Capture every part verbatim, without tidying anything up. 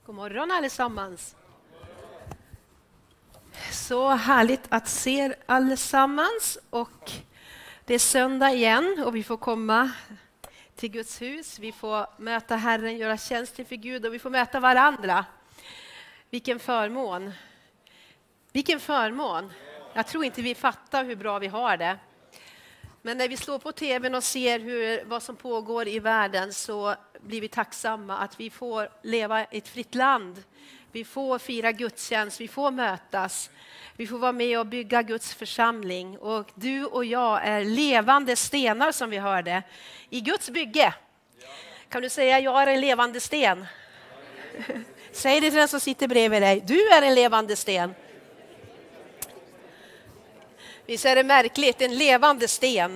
God morgon allesammans. Så härligt att se er allesammans, och det är söndag igen och vi får komma till Guds hus. Vi får möta Herren, göra tjänst inför Gud, och vi får möta varandra. Vilken förmån. Vilken förmån. Jag tror inte vi fattar hur bra vi har det. Men när vi slår på tvn och ser hur, vad som pågår i världen, så blir vi tacksamma att vi får leva i ett fritt land. Vi får fira gudstjänst, vi får mötas. Vi får vara med och bygga Guds församling. Och du och jag är levande stenar, som vi hörde, i Guds bygge. Kan du säga jag är en levande sten? Säg det till den som sitter bredvid dig. Du är en levande sten. Visst är det märkligt, en levande sten.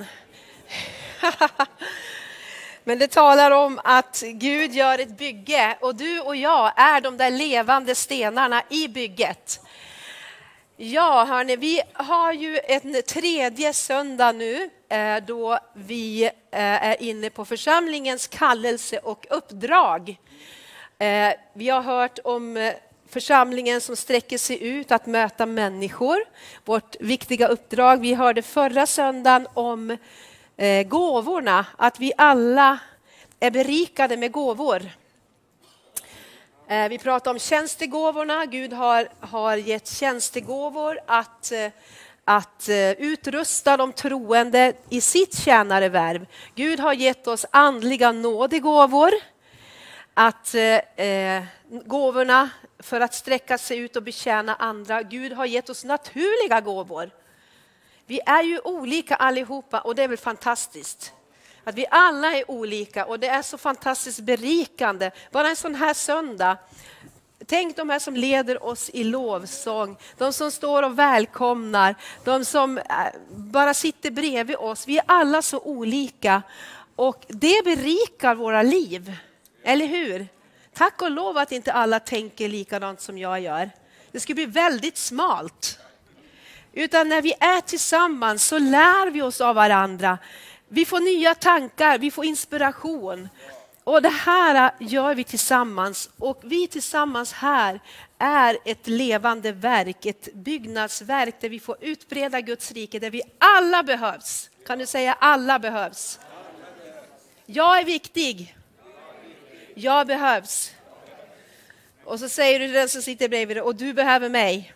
Men det talar om att Gud gör ett bygge, och du och jag är de där levande stenarna i bygget. Ja, hörni, vi har ju en tredje söndag nu då vi är inne på församlingens kallelse och uppdrag. Vi har hört om församlingen som sträcker sig ut att möta människor. Vårt viktiga uppdrag. Vi hörde förra söndagen om eh, gåvorna. Att vi alla är berikade med gåvor. Eh, vi pratade om tjänstegåvorna. Gud har, har gett tjänstegåvor att, eh, att eh, utrusta de troende i sitt tjänarevärv. Gud har gett oss andliga nådegåvor. Att eh, gåvorna för att sträcka sig ut och betjäna andra. Gud har gett oss naturliga gåvor. Vi är ju olika allihopa, och det är väl fantastiskt. Att vi alla är olika, och det är så fantastiskt berikande. Bara en sån här söndag. Tänk de här som leder oss i lovsång. De som står och välkomnar. De som bara sitter bredvid oss. Vi är alla så olika. Och det berikar våra liv. Eller hur? Tack och lov att inte alla tänker likadant som jag gör. Det skulle bli väldigt smalt. Utan när vi är tillsammans så lär vi oss av varandra. Vi får nya tankar, vi får inspiration. Och det här gör vi tillsammans. Och vi tillsammans här är ett levande verk, ett byggnadsverk där vi får utbreda Guds rike, där vi alla behövs. Kan du säga alla behövs? Jag är viktig. Jag behövs. Och så säger du till den som sitter bredvid dig, och du behöver mig.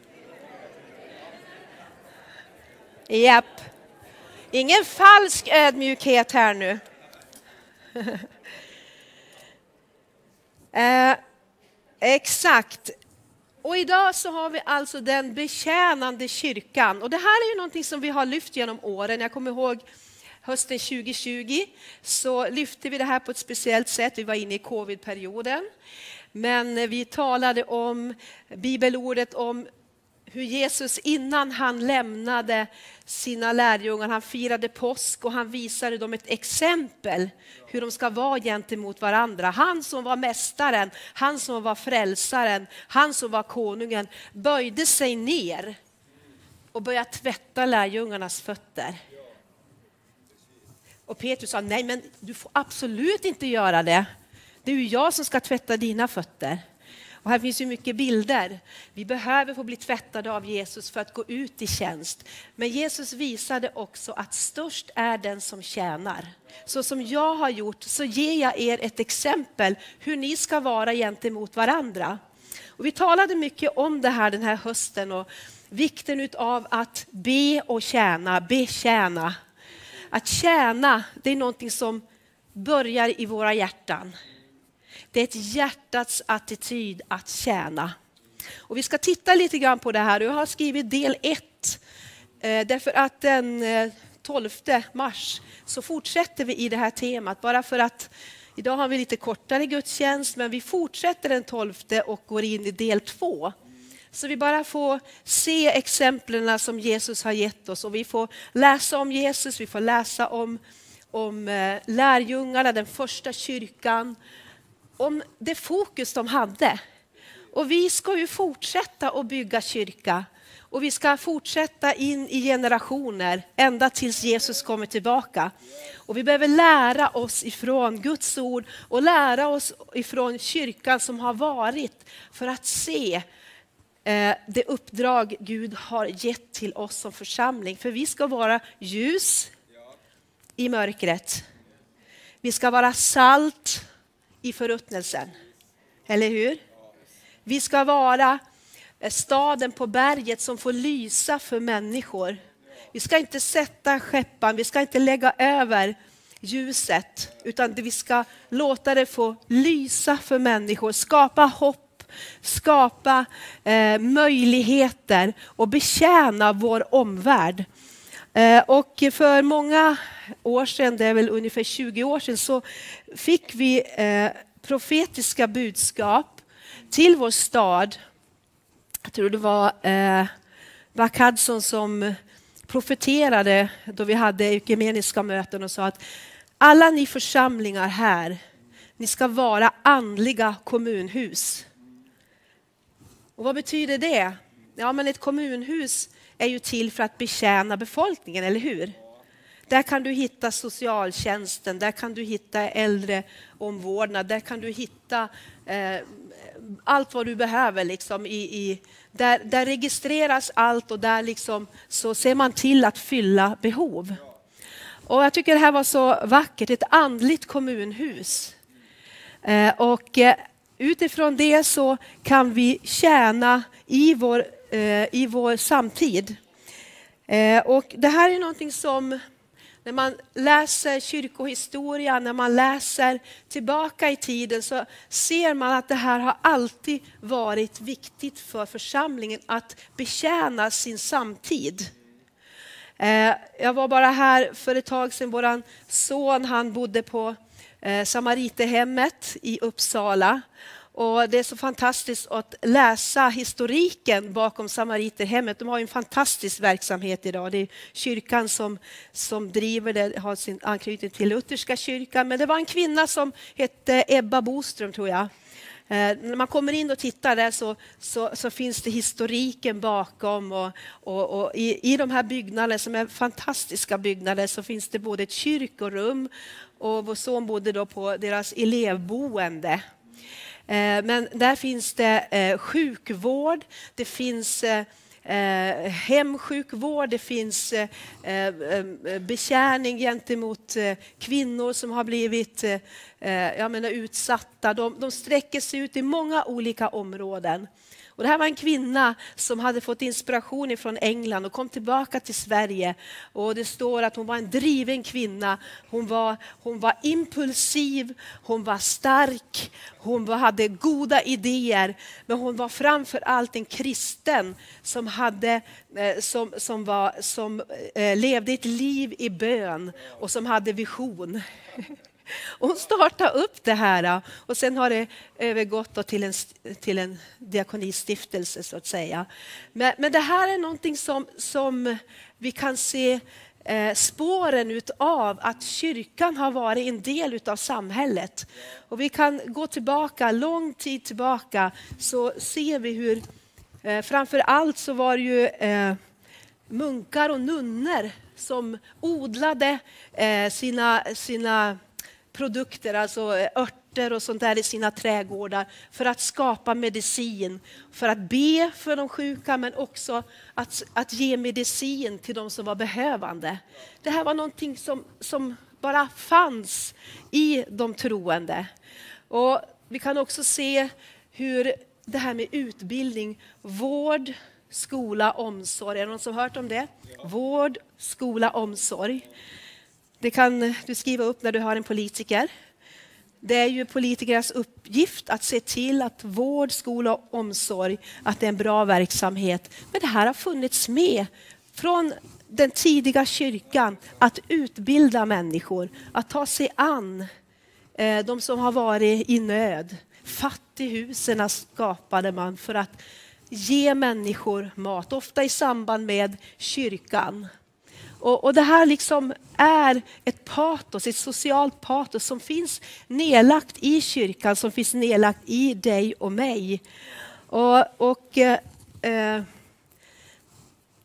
Japp. Ingen falsk ödmjukhet här nu. eh, exakt. Och idag så har vi alltså den betjänande kyrkan. Och det här är ju någonting som vi har lyft genom åren. Jag kommer ihåg hösten tjugo tjugo så lyfte vi det här på ett speciellt sätt. Vi var inne i covid-perioden. Men vi talade om bibelordet om hur Jesus innan han lämnade sina lärjungar, han firade påsk och han visade dem ett exempel hur de ska vara gentemot varandra. Han som var mästaren, han som var frälsaren, han som var konungen böjde sig ner och började tvätta lärjungarnas fötter. Och Petrus sa, nej men du får absolut inte göra det. Det är ju jag som ska tvätta dina fötter. Och här finns ju mycket bilder. Vi behöver få bli tvättade av Jesus för att gå ut i tjänst. Men Jesus visade också att störst är den som tjänar. Så som jag har gjort så ger jag er ett exempel hur ni ska vara gentemot varandra. Och vi talade mycket om det här den här hösten och vikten av att be och tjäna, betjäna. Att tjäna, det är någonting som börjar i våra hjärtan. Det är ett hjärtats attityd att tjäna. Och vi ska titta lite grann på det här. Jag har skrivit del ett. Därför att den tolfte mars så fortsätter vi i det här temat. Bara för att idag har vi lite kortare gudstjänst. Men vi fortsätter den tolfte och går in i del två. Så vi bara får se exemplen som Jesus har gett oss. Och vi får läsa om Jesus. Vi får läsa om, om lärjungarna, den första kyrkan. Om det fokus de hade. Och vi ska ju fortsätta att bygga kyrka. Och vi ska fortsätta in i generationer ända tills Jesus kommer tillbaka. Och vi behöver lära oss ifrån Guds ord och lära oss ifrån kyrkan som har varit för att se eh, det uppdrag Gud har gett till oss som församling. För vi ska vara ljus i mörkret. Vi ska vara salt i förruttnelsen. Eller hur? Vi ska vara staden på berget som får lysa för människor. Vi ska inte sätta skeppan, vi ska inte lägga över ljuset, utan vi ska låta det få lysa för människor, skapa hopp, skapa eh, möjligheter och betjäna vår omvärld. Eh, och för många år sedan, det är väl ungefär tjugo år sedan, så fick vi eh, profetiska budskap till vår stad. Jag tror det var eh, Buck Hudson som profeterade då vi hade ekumeniska möten och sa att alla ni församlingar här, ni ska vara andliga kommunhus. Och vad betyder det? Ja, men ett kommunhus är ju till för att betjäna befolkningen, eller hur? Där kan du hitta socialtjänsten, där kan du hitta äldreomvårdnad, där kan du hitta eh, allt vad du behöver. Liksom, i, i, där, där registreras allt och där liksom, så ser man till att fylla behov. Och jag tycker det här var så vackert, ett andligt kommunhus. Eh, och eh, utifrån det så kan vi tjäna i vår, eh, i vår samtid. Eh, och det här är någonting som, när man läser kyrkohistoria, när man läser tillbaka i tiden, så ser man att det här har alltid varit viktigt för församlingen att betjäna sin samtid. Jag var bara här för ett tag sedan, våran son, han bodde på Samariterhemmet i Uppsala. Och det är så fantastiskt att läsa historiken bakom Samariterhemmet. De har en fantastisk verksamhet idag. Det är kyrkan som, som driver det, har sin anknytning till lutherska kyrkan. Men det var en kvinna som hette Ebba Boström, tror jag. Eh, när man kommer in och tittar där så, så, så finns det historiken bakom. Och, och, och i, i de här byggnaderna som är fantastiska byggnader så finns det både ett kyrkorum och vår son bodde då på deras elevboende. Men där finns det eh, sjukvård, det finns eh, hemsjukvård, det finns eh, betjäning gentemot eh, kvinnor som har blivit eh, jag menar, utsatta. De, de sträcker sig ut i många olika områden. Och det här var en kvinna som hade fått inspiration från England och kom tillbaka till Sverige. Och det står att hon var en driven kvinna. Hon var, hon var impulsiv, hon var stark, hon var, hade goda idéer. Men hon var framför allt en kristen som, hade, som, som, var, som eh, levde ett liv i bön och som hade vision. Och hon startade upp det här och sen har det övergått till en, till en diakonistiftelse så att säga. Men, men det här är någonting som, som vi kan se eh, spåren utav att kyrkan har varit en del utav samhället. Och vi kan gå tillbaka, lång tid tillbaka, så ser vi hur eh, framför allt så var det ju eh, munkar och nunnor som odlade eh, sina, sina produkter, alltså örter och sånt där i sina trädgårdar för att skapa medicin, för att be för de sjuka men också att, att ge medicin till de som var behövande. Det här var någonting som, som bara fanns i de troende. Och vi kan också se hur det här med utbildning, vård, skola, omsorg. Är det någon som har hört om det? Vård, skola, omsorg. Det kan du skriva upp när du har en politiker. Det är ju politikers uppgift att se till att vård, skola och omsorg, att det är en bra verksamhet. Men det här har funnits med från den tidiga kyrkan, att utbilda människor, att ta sig an eh, de som har varit i nöd. Fattighusen skapade man för att ge människor mat, ofta i samband med kyrkan. Och, och det här liksom är ett patos, ett socialt patos som finns nedlagt i kyrkan, som finns nedlagt i dig och mig. Och, och eh,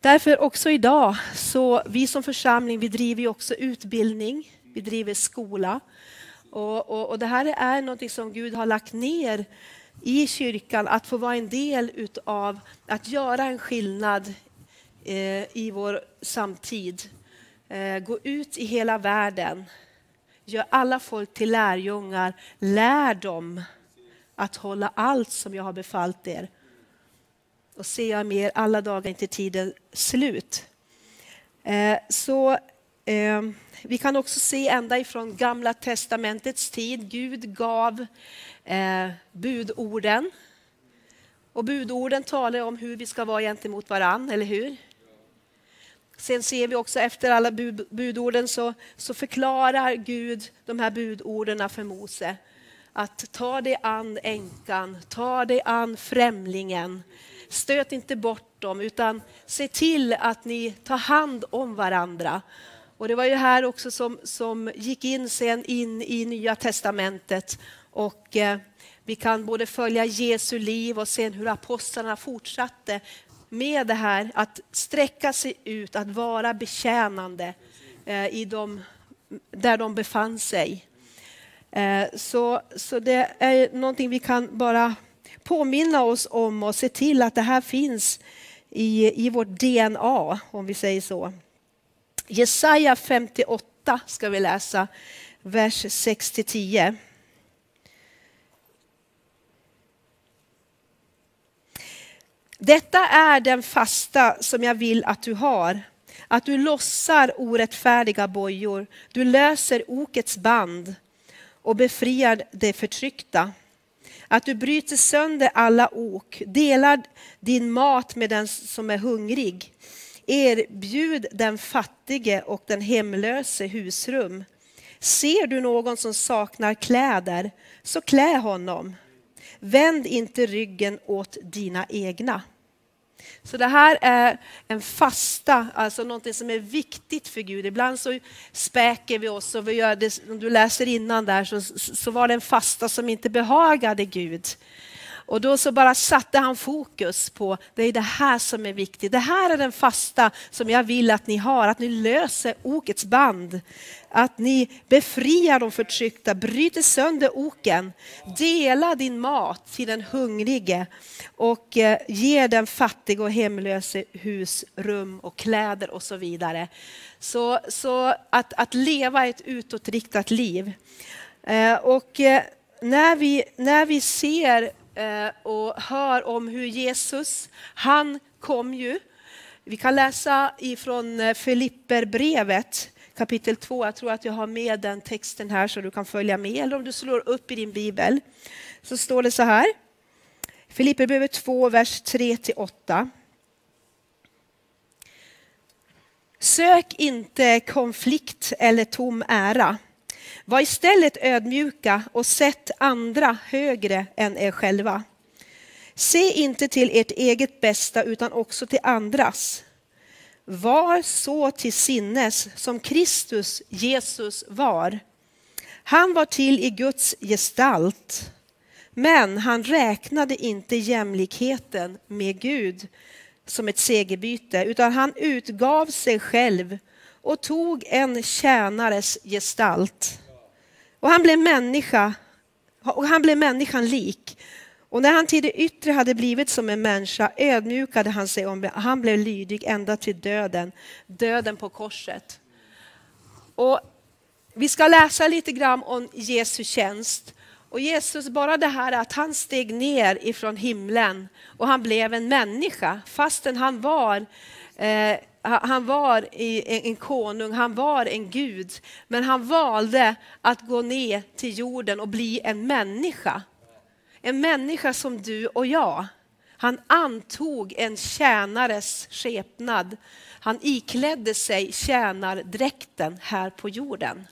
Därför också idag, så vi som församling, vi driver ju också utbildning, vi driver skola. Och, och, och det här är något som Gud har lagt ner i kyrkan, att få vara en del utav att göra en skillnad eh, i vår samtid. Eh, gå ut i hela världen, gör alla folk till lärjungar, lär dem att hålla allt som jag har befallt er. Och se jag med er alla dagar till tiden slut. Eh, så eh, vi kan också se ända ifrån Gamla testamentets tid. Gud gav eh, budorden. Och budorden talar om hur vi ska vara gentemot varann, eller hur? Sen ser vi också efter alla bud, budorden så, så förklarar Gud de här budorden för Mose. Att ta dig an änkan, ta dig an främlingen. Stöt inte bort dem, utan se till att ni tar hand om varandra. Och det var ju här också som, som gick in sen in i Nya testamentet. Och eh, vi kan både följa Jesu liv och se hur apostlarna fortsatte med det här. Att sträcka sig ut, att vara betjänande eh, i de, där de befann sig. Eh, så, så det är någonting vi kan bara påminna oss om och se till att det här finns i, i vårt D N A, om vi säger så. Jesaja femtioåtta ska vi läsa, vers sex till tio. Detta är den fasta som jag vill att du har, att du lossar orättfärdiga bojor, du löser okets band och befriar det förtryckta. Att du bryter sönder alla ok, delar din mat med den som är hungrig. Erbjud den fattige och den hemlöse husrum. Ser du någon som saknar kläder, så klä honom. Vänd inte ryggen åt dina egna. Så det här är en fasta, alltså något som är viktigt för Gud. Ibland så späker vi oss och vi gör det, om du läser innan där så, så var det en fasta som inte behagade Gud. Och då så bara satte han fokus på, det är det här som är viktigt. Det här är den fasta som jag vill att ni har, att ni löser okets band. Att ni befriar de förtryckta, bryter sönder oken, dela din mat till den hungrige och eh, ger den fattiga och hemlöse hus, rum och kläder och så vidare. Så, så att, att leva ett utåtriktat liv. Eh, och eh, när, vi, när vi ser eh, och hör om hur Jesus, han kom ju. Vi kan läsa ifrån Filipperbrevet kapitel två. Jag tror att jag har med den texten här så du kan följa med. Eller om du slår upp i din bibel så står det så här. Filipperbrevet två, vers tre till åtta. Sök inte konflikt eller tom ära. Var istället ödmjuka och sätt andra högre än er själva. Se inte till ert eget bästa utan också till andras. Var så till sinnes som Kristus Jesus var. Han var till i Guds gestalt, men han räknade inte jämlikheten med Gud som ett segerbyte, utan han utgav sig själv och tog en tjänares gestalt. Och han blev människa, och han blev människan lik. Och när han till det yttre hade blivit som en människa ödmjukade han sig om, han blev lydig ända till döden, döden på korset. Och vi ska läsa lite grann om Jesu tjänst. Och Jesus, bara det här att han steg ner ifrån himlen och han blev en människa fastän han var eh, han var en konung, han var en Gud, men han valde att gå ner till jorden och bli en människa. En människa som du och jag. Han antog en tjänares skepnad. Han iklädde sig tjänardräkten här på jorden.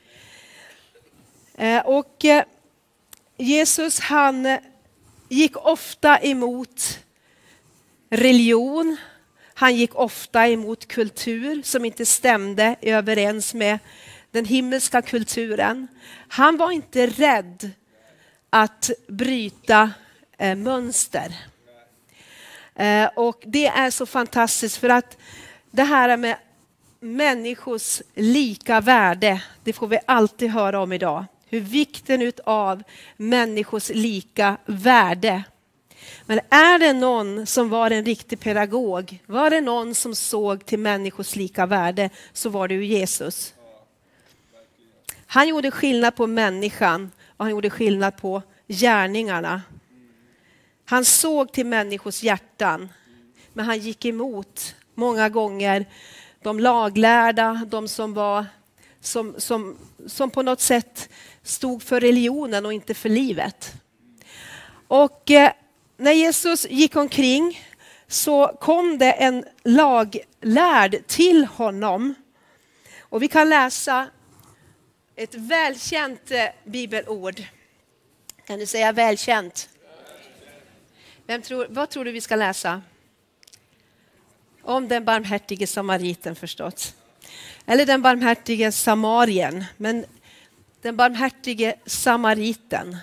Och Jesus, han gick ofta emot religion. Han gick ofta emot kultur som inte stämde överens med den himmelska kulturen. Han var inte rädd att bryta eh, mönster. Eh, och det är så fantastiskt för att det här med människors lika värde, det får vi alltid höra om idag. Hur vikten av människors lika värde. Men är det någon som var en riktig pedagog, var det någon som såg till människors lika värde, så var det ju Jesus. Han gjorde skillnad på människan och han gjorde skillnad på gärningarna. Han såg till människors hjärtan, men han gick emot många gånger de laglärda, de som var som, som, som på något sätt stod för religionen och inte för livet. Och eh, när Jesus gick omkring så kom det en laglärd till honom. Och vi kan läsa ett välkänt eh, bibelord. Kan du säga välkänt? Vem tror, vad tror du vi ska läsa? Om den barmhärtige samariten förstås. Eller den barmhärtige samarien. Men den barmhärtige samariten.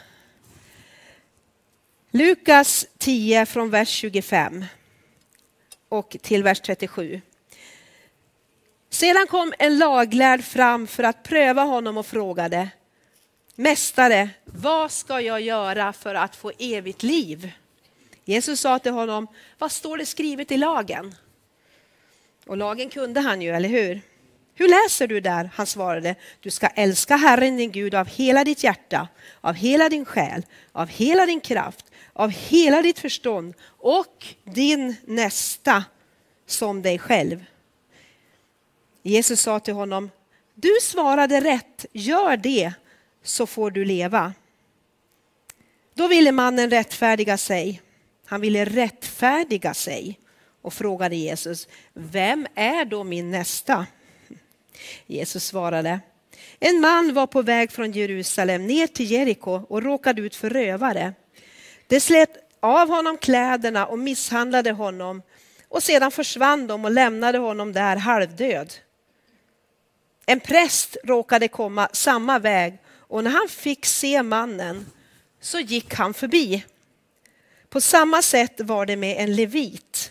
Lukas tio från vers tjugofem och till vers trettiosju. Sedan kom en laglärd fram för att pröva honom och frågade: Mästare, vad ska jag göra för att få evigt liv? Jesus sa till honom: vad står det skrivet i lagen? Och lagen kunde han ju, eller hur? Hur läser du där? Han svarade: du ska älska Herren din Gud av hela ditt hjärta, av hela din själ, av hela din kraft, av hela ditt förstånd och din nästa som dig själv. Jesus sa till honom: du svarade rätt, gör det så får du leva. Då ville mannen rättfärdiga sig. Han ville rättfärdiga sig och frågade Jesus: vem är då min nästa? Jesus svarade: en man var på väg från Jerusalem ner till Jeriko och råkade ut för rövare. De slet av honom kläderna och misshandlade honom, och sedan försvann de och lämnade honom där halvdöd. En präst råkade komma samma väg, och när han fick se mannen så gick han förbi. På samma sätt var det med en levit.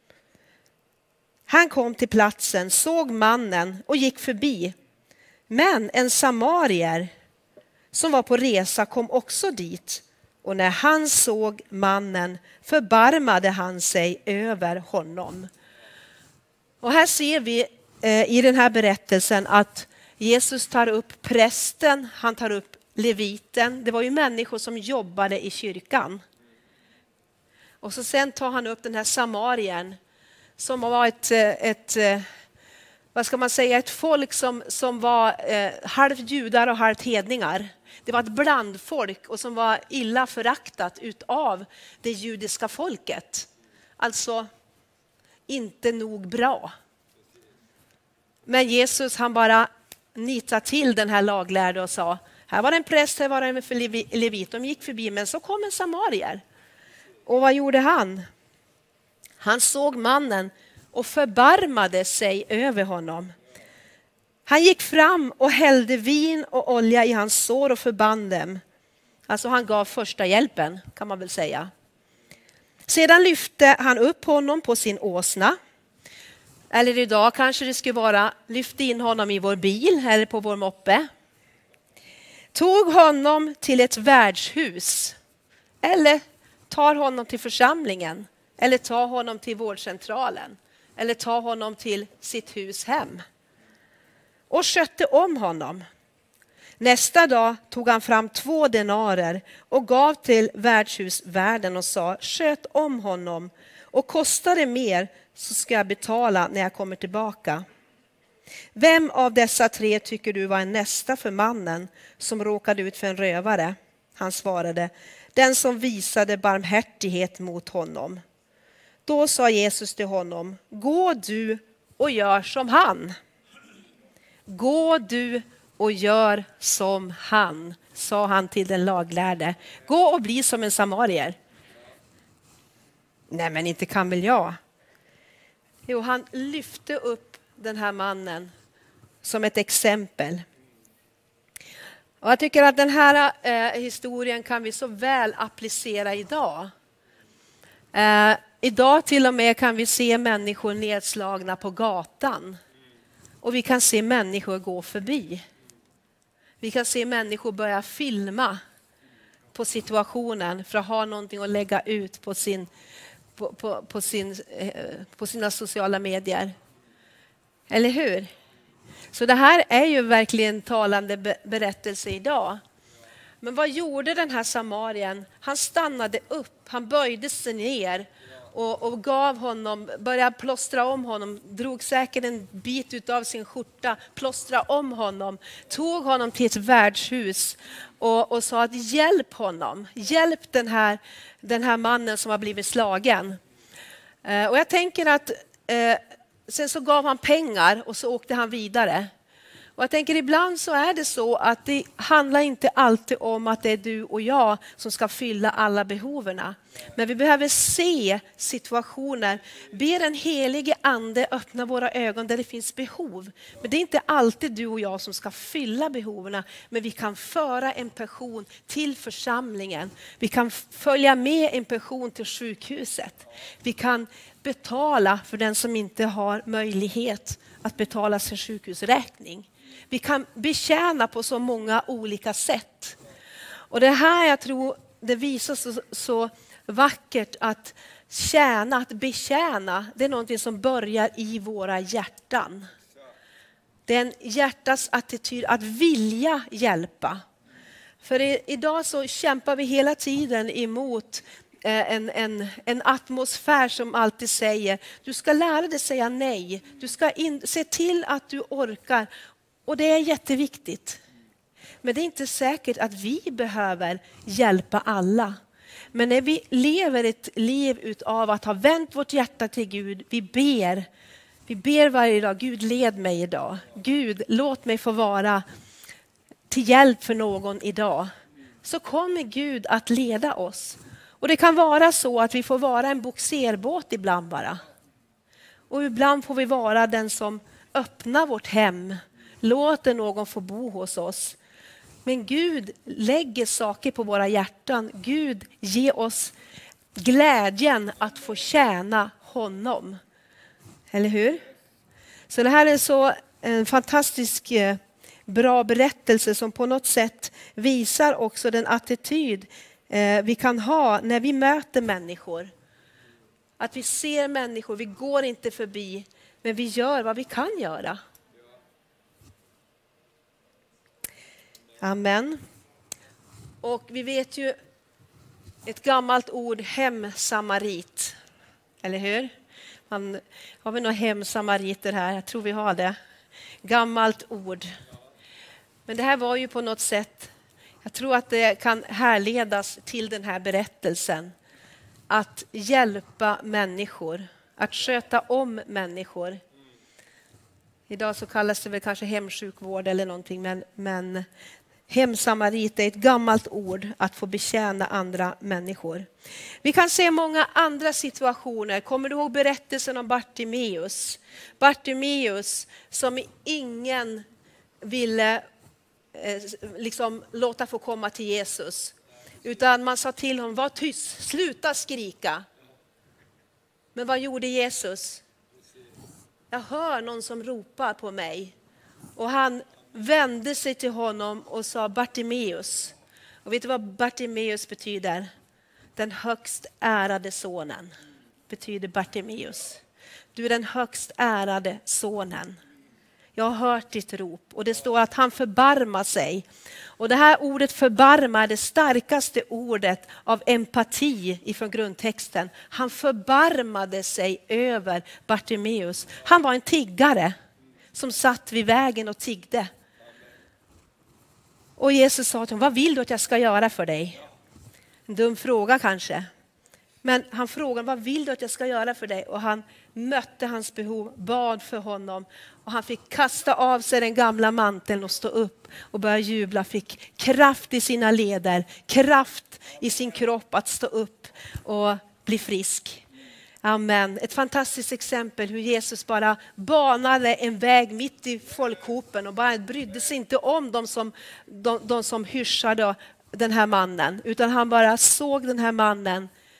Han kom till platsen, såg mannen och gick förbi. Men en samarier som var på resa kom också dit. Och när han såg mannen förbarmade han sig över honom. Och här ser vi eh, i den här berättelsen att Jesus tar upp prästen, han tar upp leviten. Det var ju människor som jobbade i kyrkan. Och så sen tar han upp den här samarien som var ett, ett vad ska man säga, ett folk som, som var eh, halvt judar och halvt hedningar. Det var ett blandfolk och som var illa föraktat utav det judiska folket. Alltså inte nog bra. Men Jesus han bara nitade till den här laglärde och sa: här var det en präst, här var det en för levit. De gick förbi, men så kom en samarier. Och vad gjorde han? Han såg mannen och förbarmade sig över honom. Han gick fram och hällde vin och olja i hans sår och förband dem. Alltså han gav första hjälpen, kan man väl säga. Sedan lyfte han upp honom på sin åsna. Eller idag kanske det skulle vara: lyfte in honom i vår bil eller på vår moppe. Tog honom till ett värdshus. Eller tar honom till församlingen. Eller tar honom till vårdcentralen. Eller tar honom till sitt hus hem. Och skötte om honom. Nästa dag tog han fram två denarer och gav till värdshusvärden och sa: sköt om honom, och kostar det mer så ska jag betala när jag kommer tillbaka. Vem av dessa tre tycker du var en nästa för mannen som råkade ut för en rövare? Han svarade: den som visade barmhärtighet mot honom. Då sa Jesus till honom: gå du och gör som han. Gå du och gör som han, sa han till den laglärde. Gå och bli som en samarier. Nej, men inte kan väl jag. Jo, han lyfte upp den här mannen som ett exempel. Och jag tycker att den här eh, historien kan vi så väl applicera idag. Eh, idag till och med kan vi se människor nedslagna på gatan. Och vi kan se människor gå förbi. Vi kan se människor börja filma på situationen för att ha någonting att lägga ut på, sin, på, på, på, sin, på sina sociala medier. Eller hur? Så det här är ju verkligen talande berättelse idag. Men vad gjorde den här samarien? Han stannade upp, han böjde sig ner och, och gav honom, började plåstra om honom, drog säkert en bit av sin skjorta, plåstra om honom, tog honom till ett värdshus och, och sa att hjälp honom, hjälp den här, den här mannen som har blivit slagen. Eh, och jag tänker att eh, sen så gav han pengar och så åkte han vidare. Och jag tänker ibland så är det så att det handlar inte alltid om att det är du och jag som ska fylla alla behoven. Men vi behöver se situationer. Be den helige ande öppna våra ögon där det finns behov. Men det är inte alltid du och jag som ska fylla behoven. Men vi kan föra en person till församlingen. Vi kan följa med en person till sjukhuset. Vi kan betala för den som inte har möjlighet att betala sin sjukhusräkning. Vi kan betjäna på så många olika sätt. Och det här jag tror det visar så, så vackert att tjäna, att betjäna, det är någonting som börjar i våra hjärtan. Det är en hjärtats attityd att vilja hjälpa. För i, idag så kämpar vi hela tiden emot En, en, en atmosfär som alltid säger du ska lära dig säga nej. Du ska in, se till att du orkar. Och det är jätteviktigt. Men det är inte säkert att vi behöver hjälpa alla. Men när vi lever ett liv utav att ha vänt vårt hjärta till Gud. Vi ber. Vi ber varje dag. Gud led mig idag. Gud låt mig få vara till hjälp för någon idag. Så kommer Gud att leda oss. Och det kan vara så att vi får vara en boxerbåt ibland bara. Och ibland får vi vara den som öppnar vårt hem. Låter någon få bo hos oss. Men Gud lägger saker på våra hjärtan. Gud ger oss glädjen att få tjäna honom. Eller hur? Så det här är så en fantastisk bra berättelse som på något sätt visar också den attityd vi kan ha när vi möter människor. Att vi ser människor, vi går inte förbi, men vi gör vad vi kan göra. Amen. Och vi vet ju ett gammalt ord, hemsamarit. Eller hur? Man, har vi några hemsamariter här? Jag tror vi har det. Gammalt ord. Men det här var ju på något sätt, jag tror att det kan härledas till den här berättelsen. Att hjälpa människor. Att sköta om människor. Idag så kallas det väl kanske hemsjukvård eller någonting. Men, men hemsamarit är ett gammalt ord att få betjäna andra människor. Vi kan se många andra situationer. Kommer du ihåg berättelsen om Bartimeus? Bartimeus som ingen ville liksom låta få komma till Jesus. Utan man sa till honom, var tyst, sluta skrika. Men vad gjorde Jesus? Jag hör någon som ropar på mig. Och han vände sig till honom och sa Bartimeus. Och vet du vad Bartimeus betyder? Den högst ärade sonen betyder Bartimeus. Du är den högst ärade sonen. Jag har hört ditt rop. Och det står att han förbarmar sig. Och det här ordet förbarma är det starkaste ordet av empati ifrån grundtexten. Han förbarmade sig över Bartimeus. Han var en tiggare som satt vid vägen och tiggde. Och Jesus sa till honom, vad vill du att jag ska göra för dig? En dum fråga kanske. Men han frågade, vad vill du att jag ska göra för dig? Och han mötte hans behov, bad för honom. Och han fick kasta av sig den gamla manteln och stå upp och börja jubla. Fick kraft i sina leder, kraft i sin kropp att stå upp och bli frisk. Amen. Ett fantastiskt exempel hur Jesus bara banade en väg mitt i folkhopen och bara brydde sig inte om de som, de, de som hyschade den här mannen. Utan han bara såg den här mannen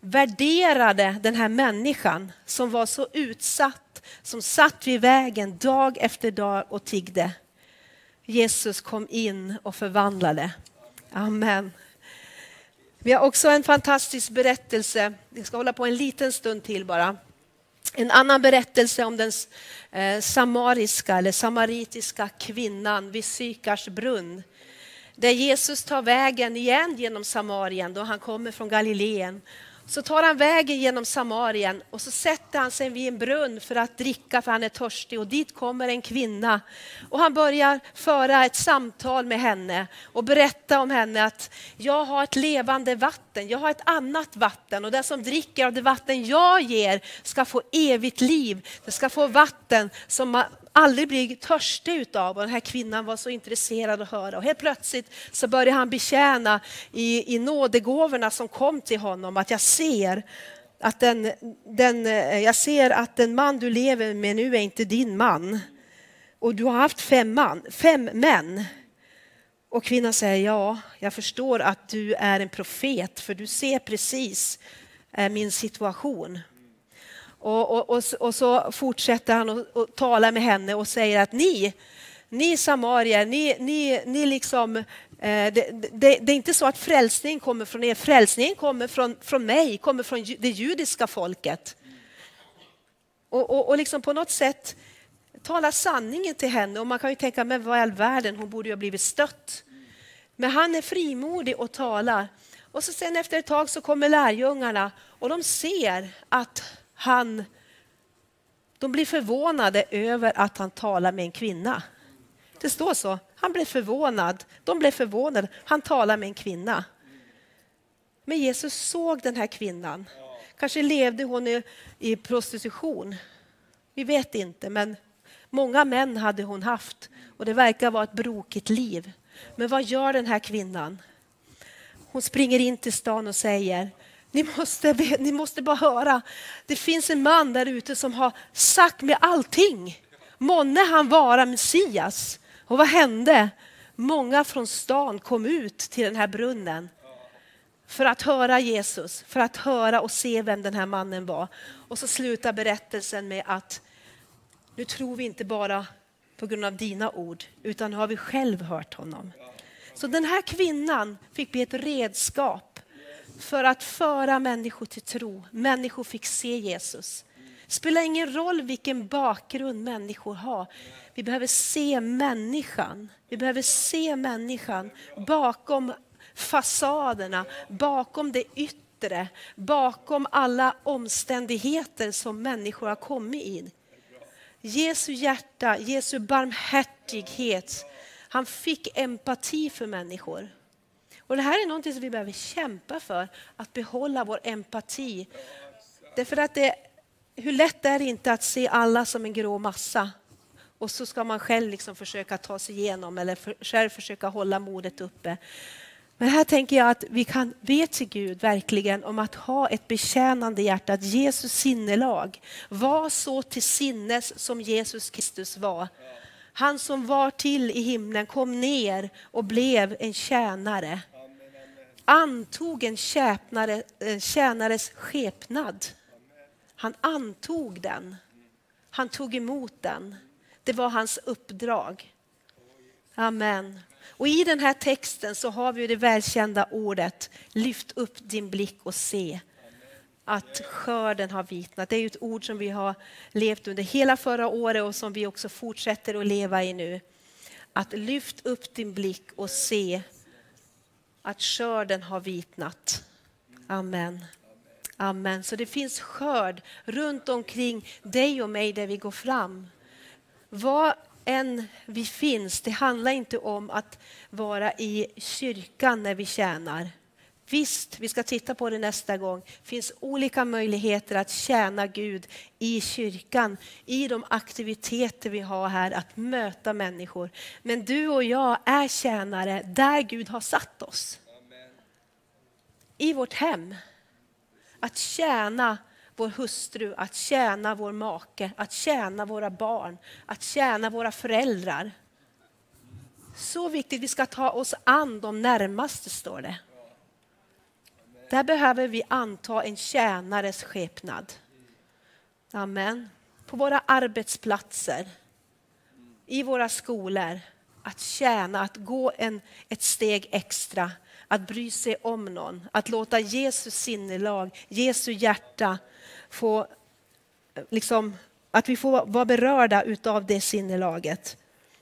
värderade den här människan som var så utsatt, som satt vid vägen dag efter dag och tiggde. Jesus kom in och förvandlade. Amen. Vi har också en fantastisk berättelse. Vi ska hålla på en liten stund till bara. En annan berättelse om den eh, samariska eller samaritiska kvinnan vid Sykars brunn. Där Jesus tar vägen igen genom Samarien då han kommer från Galileen. Så tar han vägen genom Samarien och så sätter han sig vid en brunn för att dricka för han är törstig. Och dit kommer en kvinna och han börjar föra ett samtal med henne och berätta om henne att jag har ett levande vatten, jag har ett annat vatten och den som dricker av det vatten jag ger ska få evigt liv. Det ska få vatten som man aldrig blir törstig utav. Och den här kvinnan var så intresserad att höra. Och helt plötsligt så börjar han betjäna i, i nådegåvorna som kom till honom. Att jag ser att den, den, jag ser att den man du lever med nu är inte din man. Och du har haft fem, man, fem män. Och kvinnan säger ja, jag förstår att du är en profet. För du ser precis eh, min situation. Och, och, och, och så fortsätter han och, och talar med henne och säger att ni, ni samarier, ni, ni, ni liksom, eh, det, det, det är inte så att frälsningen kommer från er, frälsningen kommer från, från mig, kommer från det judiska folket. Och, och, och liksom på något sätt talar sanningen till henne och man kan ju tänka, men vad i all världen, hon borde ju ha blivit stött. Men han är frimodig och talar. Och så sen efter ett tag så kommer lärjungarna och de ser att Han, de blir förvånade över att han talar med en kvinna. Det står så. Han blev förvånad. De blev förvånade. Han talar med en kvinna. Men Jesus såg den här kvinnan. Kanske levde hon i, i prostitution. Vi vet inte. Men många män hade hon haft. Och det verkar vara ett brokigt liv. Men vad gör den här kvinnan? Hon springer in till stan och säger: Ni måste, ni måste bara höra. Det finns en man där ute som har sagt med allting. Månne han vara Messias. Och vad hände? Många från stan kom ut till den här brunnen. För att höra Jesus. För att höra och se vem den här mannen var. Och så slutar berättelsen med att nu tror vi inte bara på grund av dina ord. Utan nu har vi själv hört honom. Så den här kvinnan fick bli ett redskap. För att föra människor till tro. Människor fick se Jesus. Det spelar ingen roll vilken bakgrund människor har. Vi behöver se människan. Vi behöver se människan bakom fasaderna. Bakom det yttre. Bakom alla omständigheter som människor har kommit i. Jesu hjärta, Jesu barmhärtighet. Han fick empati för människor. Och det här är något som vi behöver kämpa för. Att behålla vår empati. Därför att det, hur lätt är det inte att se alla som en grå massa. Och så ska man själv liksom försöka ta sig igenom. Eller för, själv försöka hålla modet uppe. Men här tänker jag att vi kan be till Gud verkligen om att ha ett betjänande hjärta. Att Jesus sinnelag var så till sinnes som Jesus Kristus var. Han som var till i himlen kom ner och blev en tjänare. Antog en tjänare, en tjänares skepnad. Han antog den. Han tog emot den. Det var hans uppdrag. Amen. Och i den här texten så har vi det välkända ordet: lyft upp din blick och se att skörden har vitnat. Det är ju ett ord som vi har levt under hela förra året och som vi också fortsätter att leva i nu. Att lyft upp din blick och se att skörden har vitnat. Amen. Amen. Så det finns skörd runt omkring dig och mig där vi går fram. Vad än vi finns, det handlar inte om att vara i kyrkan när vi tjänar. Visst, vi ska titta på det nästa gång. Det finns olika möjligheter att tjäna Gud i kyrkan. I de aktiviteter vi har här, att möta människor. Men du och jag är tjänare där Gud har satt oss. I vårt hem. Att tjäna vår hustru, att tjäna vår make, att tjäna våra barn, att tjäna våra föräldrar. Så viktigt, vi ska ta oss an de närmaste, står det. Där behöver vi anta en tjänares skepnad. Amen. På våra arbetsplatser, i våra skolor, att tjäna, att gå en, ett steg extra, att bry sig om någon, att låta Jesus sinnelag, Jesu hjärta få, liksom, att vi får vara berörda utav det sinnelaget.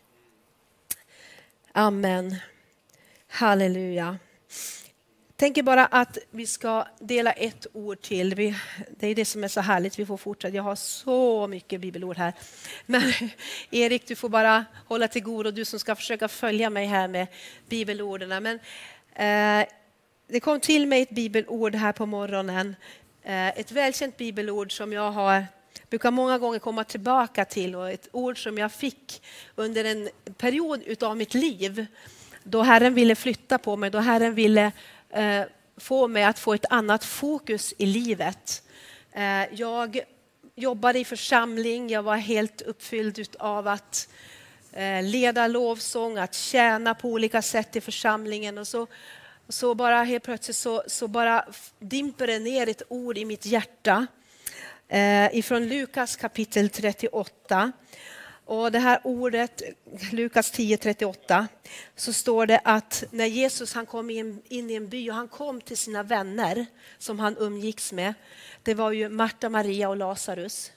Amen. Halleluja. Tänker bara att vi ska dela ett ord till. Vi, det är det som är så härligt. Vi får fortsätta. Jag har så mycket bibelord här. Men Erik, du får bara hålla till god, och du som ska försöka följa mig här med bibelorden. Men eh, det kom till mig ett bibelord här på morgonen. Eh, ett välkänt bibelord som jag har brukar många gånger komma tillbaka till, och ett ord som jag fick under en period utav mitt liv då Herren ville flytta på mig, då Herren ville eh, få mig att få ett annat fokus i livet. Eh, jag jobbade i församling, jag var helt uppfylld av att eh, leda lovsång, att tjäna på olika sätt i församlingen, och så, så bara helt plötsligt så, så bara dimper det ner ett ord i mitt hjärta. Eh, ifrån Lukas kapitel trettioåtta, och det här ordet, Lukas tio trettioåtta, så står det att när Jesus han kom in, in i en by, och han kom till sina vänner som han umgicks med, det var ju Marta, Maria och Lazarus.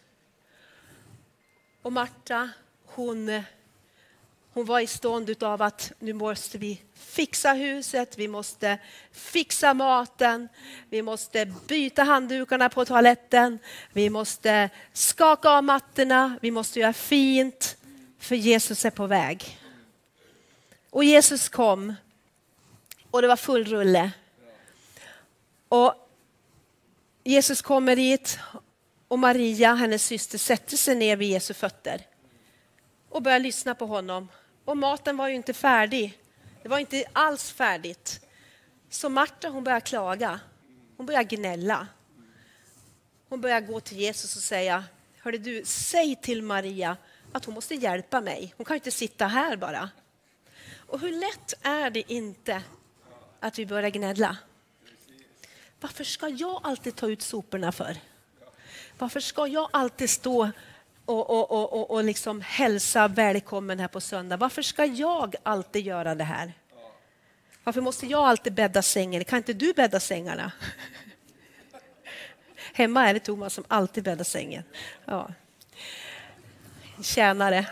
Och Marta, hon Hon var i stånd av att nu måste vi fixa huset, vi måste fixa maten, vi måste byta handdukarna på toaletten, vi måste skaka av mattorna, vi måste göra fint, för Jesus är på väg. Och Jesus kom, och det var full rulle. Och Jesus kommer dit, och Maria, hennes syster, sätter sig ner vid Jesu fötter och börjar lyssna på honom. Och maten var ju inte färdig. Det var inte alls färdigt. Så Marta, hon börjar klaga. Hon börjar gnälla. Hon börjar gå till Jesus och säga: hörde du, säg till Maria att hon måste hjälpa mig. Hon kan ju inte sitta här bara. Och hur lätt är det inte att vi börjar gnälla? Varför ska jag alltid ta ut soporna för? Varför ska jag alltid stå Och, och, och, och, och liksom hälsa välkommen här på söndag? Varför ska jag alltid göra det här? Varför måste jag alltid bädda sängen? Kan inte du bädda sängarna? Hemma är det Thomas som alltid bäddar sängen. Ja. Tjänare.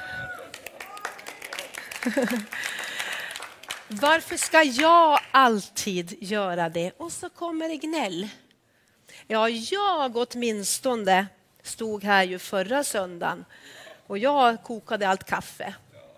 Varför ska jag alltid göra det? Och så kommer det gnäll. Ja, jag åtminstone stod här ju förra söndagen och jag kokade allt kaffe.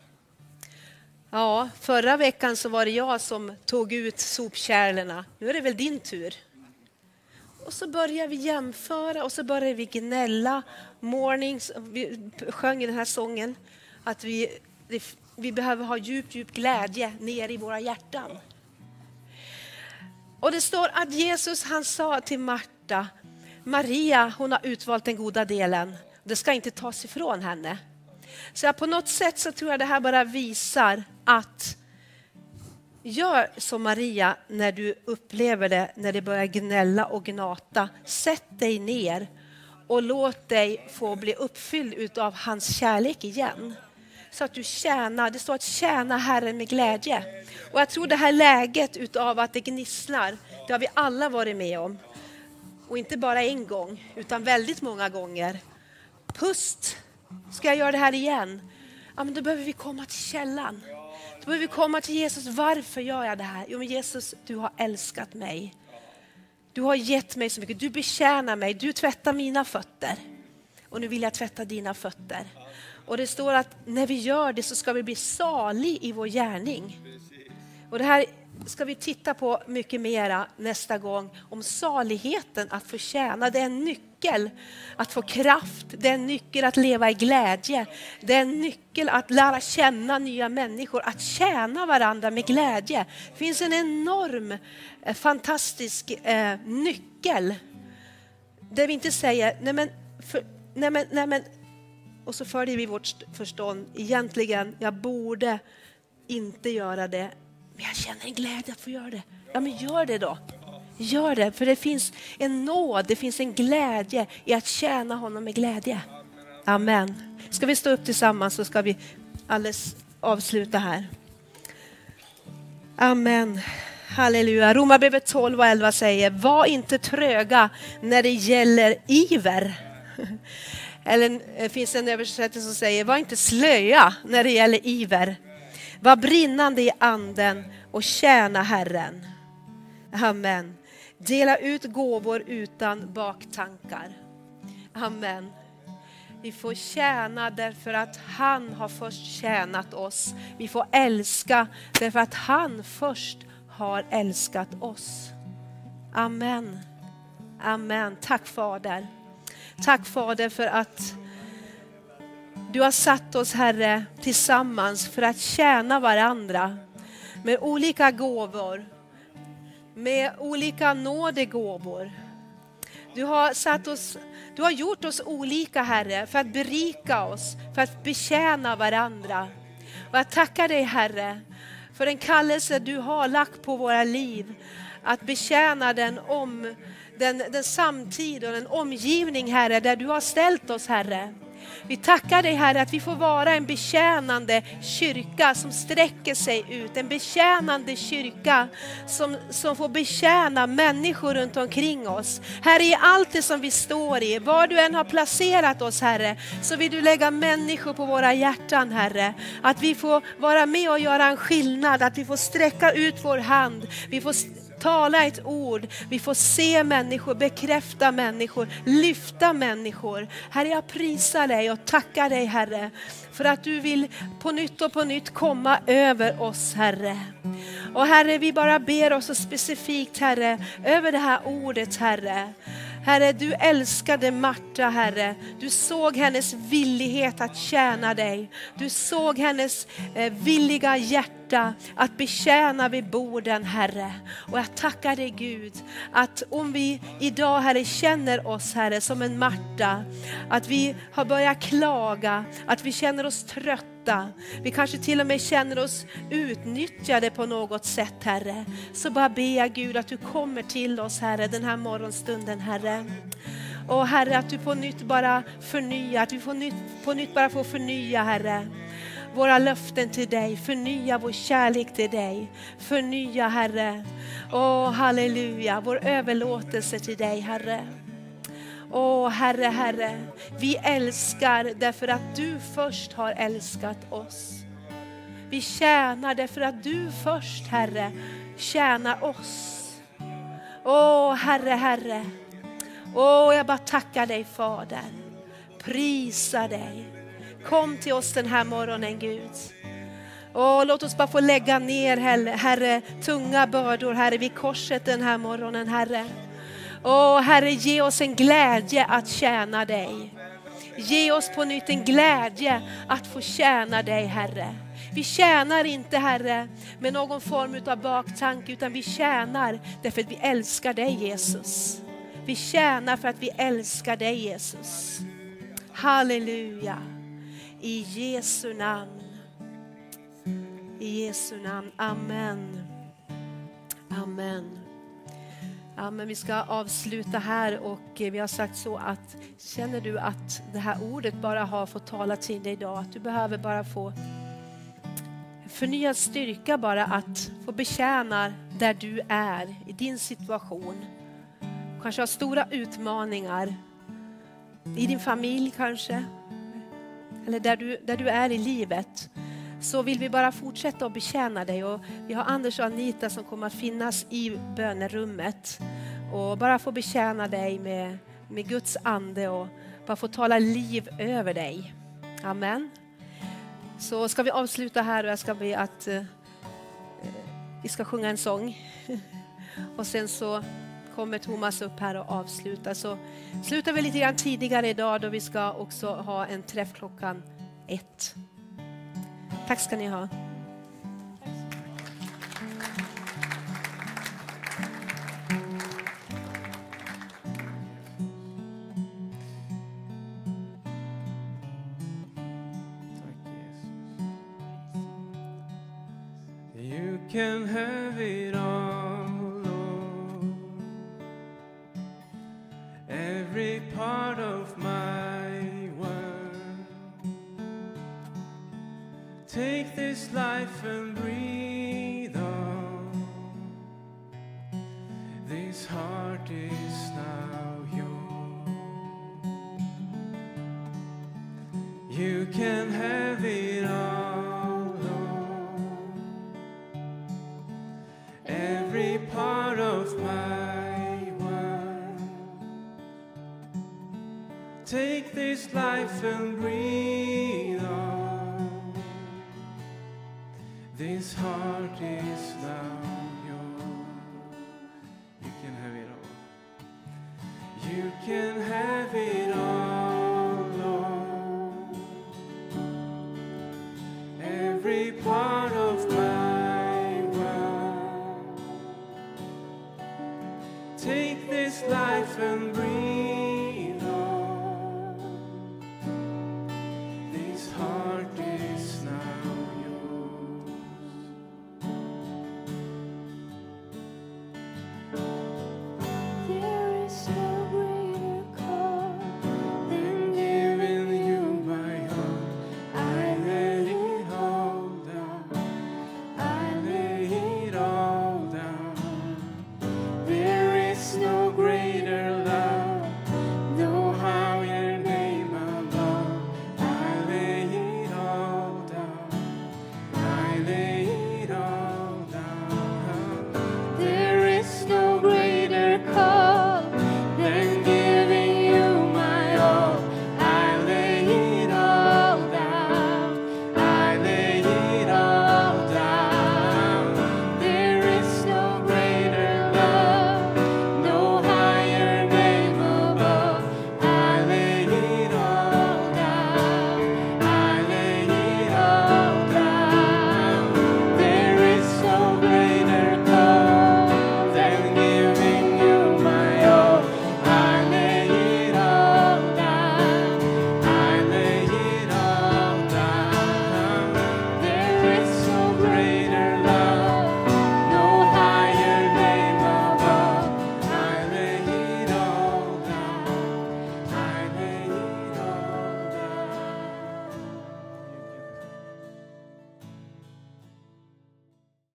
Ja, förra veckan så var det jag som tog ut sopkärlorna. Nu är det väl din tur. Och så börjar vi jämföra, och så börjar vi gnälla. Mornings, vi sjöng i den här sången att vi, vi behöver ha djup, djup glädje ner i våra hjärtan. Och det står att Jesus, han sa till Marta: Maria, hon har utvalt den goda delen. Det ska inte tas ifrån henne. Så på något sätt så tror jag det här bara visar att gör som Maria när du upplever det, när det börjar gnälla och gnata. Sätt dig ner och låt dig få bli uppfylld av hans kärlek igen. Så att du tjänar, det står att tjäna Herren med glädje. Och jag tror det här läget utav att det gnisslar, det har vi alla varit med om. Och inte bara en gång, utan väldigt många gånger. Pust, ska jag göra det här igen? Ja, men då behöver vi komma till källan. Då behöver vi komma till Jesus. Varför gör jag det här? Jo, men Jesus, du har älskat mig. Du har gett mig så mycket. Du betjänar mig. Du tvättar mina fötter. Och nu vill jag tvätta dina fötter. Och det står att när vi gör det så ska vi bli salig i vår gärning. Och det här ska vi titta på mycket mera nästa gång, om saligheten att få tjäna. Det är en nyckel att få kraft, det är en nyckel att leva i glädje, det är en nyckel att lära känna nya människor, att tjäna varandra med glädje. Det finns en enorm, fantastisk eh, nyckel där vi inte säger nej men, för, nej men, nej men, och så följer vi vårt förstånd. Egentligen, jag borde inte göra det. Men jag känner en glädje att få göra det. Ja, men gör det då. Gör det, för det finns en nåd, det finns en glädje i att tjäna honom med glädje. Amen. Ska vi stå upp tillsammans så ska vi alldeles avsluta här. Amen. Halleluja. Romarbrevet tolv och elva säger: var inte tröga när det gäller iver. Eller det finns en översättning som säger: var inte slöja när det gäller iver. Var brinnande i anden och tjäna Herren. Amen. Dela ut gåvor utan baktankar. Amen. Vi får tjäna därför att han har först tjänat oss. Vi får älska därför att han först har älskat oss. Amen. Amen. Tack Fader. Tack Fader för att du har satt oss, Herre, tillsammans för att tjäna varandra med olika gåvor, med olika nådegåvor. Du har satt oss, du har gjort oss olika, Herre, för att berika oss, för att betjäna varandra. Och jag tackar dig, Herre, för en kallelse du har lagt på våra liv, att betjäna den om den, den samtid och den omgivning, Herre, där du har ställt oss, Herre. Vi tackar dig, Herre, att vi får vara en betjänande kyrka som sträcker sig ut. En betjänande kyrka som, som får betjäna människor runt omkring oss. Herre, i allt det som vi står i, var du än har placerat oss, Herre, så vill du lägga människor på våra hjärtan, Herre. Att vi får vara med och göra en skillnad, att vi får sträcka ut vår hand. Vi får tala ett ord. Vi får se människor, bekräfta människor, lyfta människor. Herre, jag prisar dig och tackar dig, Herre, för att du vill på nytt och på nytt komma över oss, Herre. Och Herre, vi bara ber oss så specifikt, Herre, över det här ordet, Herre. Herre, du älskade Marta, Herre. Du såg hennes villighet att tjäna dig. Du såg hennes eh, villiga hjärta att betjäna vid borden, Herre. Och jag tackar dig, Gud, att om vi idag, Herre, känner oss, Herre, som en Marta, att vi har börjat klaga, att vi känner oss trötta, vi kanske till och med känner oss utnyttjade på något sätt, Herre, så bara ber jag, Gud, att du kommer till oss, Herre, den här morgonstunden, Herre. Och Herre, att du på nytt bara förnyar, att vi på nytt, på nytt bara får förnya, Herre, våra löften till dig, förnya vår kärlek till dig, förnya, Herre, åh halleluja, vår överlåtelse till dig, Herre. Åh Herre, Herre, vi älskar därför att du först har älskat oss. Vi tjänar därför att du först, Herre, tjänar oss. Åh Herre, Herre, åh jag bara tackar dig, Fader, prisar dig. Kom till oss den här morgonen, Gud. Och låt oss bara få lägga ner, Herre, tunga bördor, Herre, vid korset den här morgonen, Herre. Åh Herre, ge oss en glädje att tjäna dig. Ge oss på nytt en glädje att få tjäna dig, Herre. Vi tjänar inte, Herre, med någon form av baktanke, utan vi tjänar därför att vi älskar dig, Jesus. Vi tjänar för att vi älskar dig, Jesus. Halleluja. I Jesu namn. I Jesu namn. Amen. Amen. Ja, men vi ska avsluta här, och vi har sagt så att känner du att det här ordet bara har fått tala till dig idag, att du behöver bara få förnyad styrka, bara att få betjäna där du är i din situation. Kanske har stora utmaningar i din familj kanske, eller där du, där du är i livet. Så vill vi bara fortsätta att betjäna dig, och vi har Anders och Anita som kommer att finnas i bönerummet och bara få betjäna dig med, med Guds ande och bara få tala liv över dig. Amen. Så ska vi avsluta här, och jag ska be att eh, vi ska sjunga en sång och sen så kommer Thomas upp här och avslutar. Så slutar vi lite grann tidigare idag, då vi ska också ha en träff klockan ett. Tack ska ni ha. You can have it all, Lord. every part of my world. Take this life and breathe on. This heart is now yours. You can have it all, Lord. Every part of my world. Take this life and breathe on. This heart is now yours. You can have it all. You can have it all.